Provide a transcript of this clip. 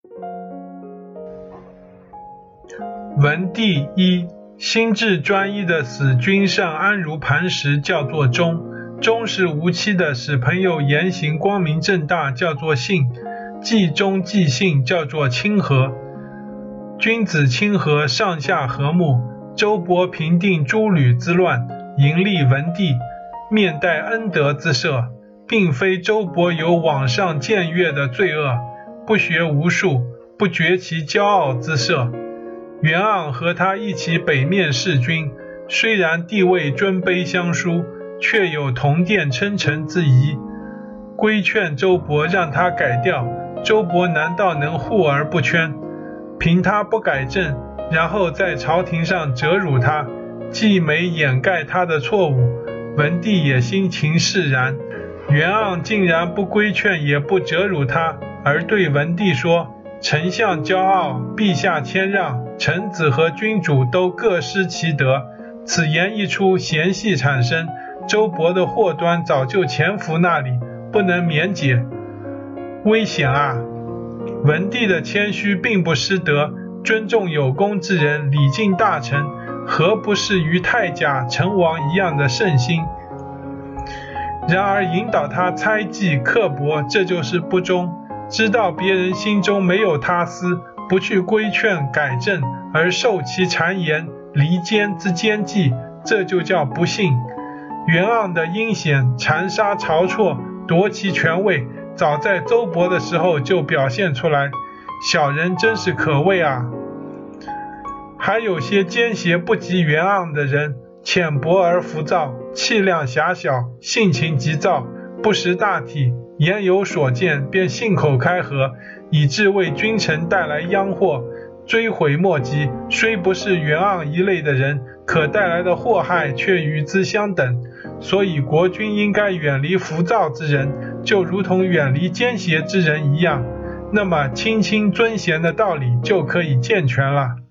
文帝一，心智专一的使君上安如磐石，叫做忠；忠是无欺的，使朋友言行光明正大，叫做信；既忠既信，叫做亲和。君子亲和，上下和睦。周勃平定诸吕之乱，迎立文帝，面带恩德之赦，并非周勃有往上僭越的罪恶，不学无术，不绝其骄傲之色。袁盎和他一起北面弑君，虽然地位尊卑相殊，却有同殿称臣之谊。规劝周勃让他改掉，周勃难道能护而不圈？凭他不改正，然后在朝廷上折辱他，既没掩盖他的错误，文帝也心情释然。袁盎竟然不规劝也不折辱他，而对文帝说：丞相骄傲，陛下谦让，臣子和君主都各失其德。此言一出，嫌隙产生，周勃的祸端早就潜伏那里，不能免解。危险啊！文帝的谦虚并不失德，尊重有功之人，礼敬大臣，何不是与太甲、成王一样的圣心？然而引导他猜忌刻薄，这就是不忠。知道别人心中没有他私，不去规劝改正，而受其谗言离间之奸计，这就叫不信。袁盎的阴险残杀晁错，夺其权位，早在周勃的时候就表现出来，小人真是可畏啊！还有些奸邪不及袁盎的人，浅薄而浮躁，气量狭小，性情急躁，不识大体，言有所见，便信口开河，以致为君臣带来殃祸，追悔莫及。虽不是袁盎一类的人，可带来的祸害却与之相等。所以国君应该远离浮躁之人，就如同远离奸邪之人一样，那么亲亲尊贤的道理就可以健全了。